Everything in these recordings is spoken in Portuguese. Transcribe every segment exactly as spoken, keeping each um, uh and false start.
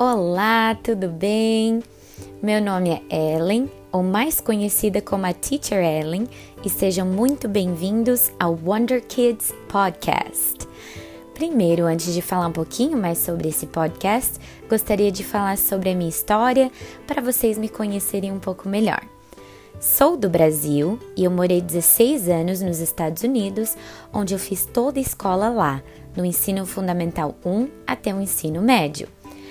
Olá, tudo bem? Meu nome é Ellen, ou mais conhecida como a Teacher Ellen, e sejam muito bem-vindos ao Wonder Kids Podcast. Primeiro, antes de falar um pouquinho mais sobre esse podcast, gostaria de falar sobre a minha história para vocês me conhecerem um pouco melhor. Sou do Brasil e eu morei dezesseis anos nos Estados Unidos, onde eu fiz toda a escola lá, no ensino fundamental um até o ensino médio.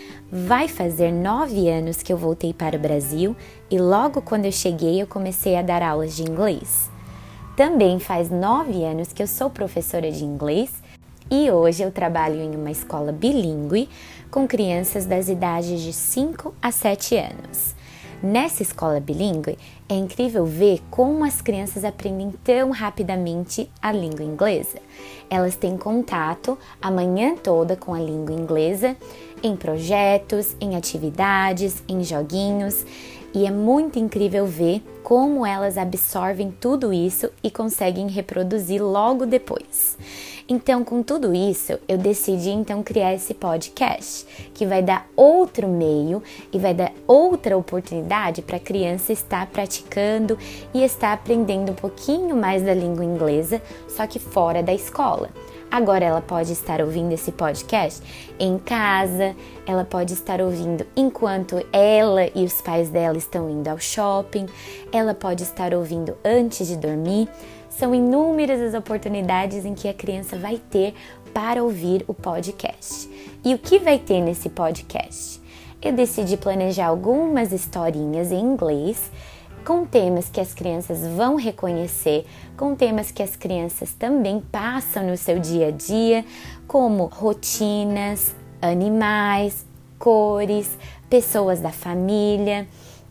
Vai fazer nove anos que eu voltei para o Brasil e logo quando eu cheguei eu comecei a dar aulas de inglês. Também faz nove anos que eu sou professora de inglês e hoje eu trabalho em uma escola bilíngue com crianças das idades de cinco a sete anos. Nessa escola bilíngue, é incrível ver como as crianças aprendem tão rapidamente a língua inglesa. Elas têm contato a manhã toda com a língua inglesa, em projetos, em atividades, em joguinhos, e é muito incrível ver como elas absorvem tudo isso e conseguem reproduzir logo depois. Então, com tudo isso, eu decidi então criar esse podcast, que vai dar outro meio e vai dar outra oportunidade para a criança estar praticando e estar aprendendo um pouquinho mais da língua inglesa, só que fora da escola. Agora ela pode estar ouvindo esse podcast em casa, ela pode estar ouvindo enquanto ela e os pais dela estão indo ao shopping, ela pode estar ouvindo antes de dormir. São inúmeras as oportunidades em que a criança vai ter para ouvir o podcast. E o que vai ter nesse podcast? Eu decidi planejar algumas historinhas em inglês, com temas que as crianças vão reconhecer, com temas que as crianças também passam no seu dia a dia, como rotinas, animais, cores, pessoas da família,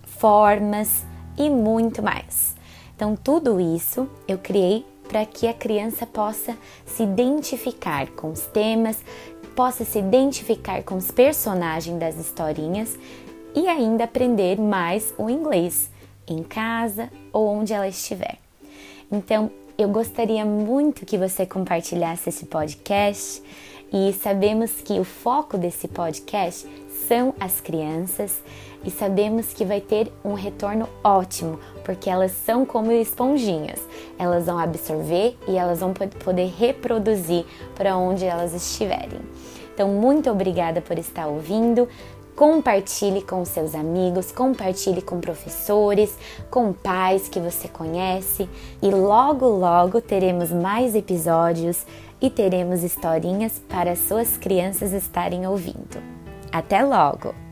formas e muito mais. Então, tudo isso eu criei para que a criança possa se identificar com os temas, possa se identificar com os personagens das historinhas e ainda aprender mais o inglês em casa ou onde ela estiver. Então, eu gostaria muito que você compartilhasse esse podcast e sabemos que o foco desse podcast são as crianças e sabemos que vai ter um retorno ótimo, porque elas são como esponjinhas. Elas vão absorver e elas vão poder reproduzir para onde elas estiverem. Então, muito obrigada por estar ouvindo. Compartilhe com seus amigos, compartilhe com professores, com pais que você conhece e logo, logo teremos mais episódios e teremos historinhas para suas crianças estarem ouvindo. Até logo!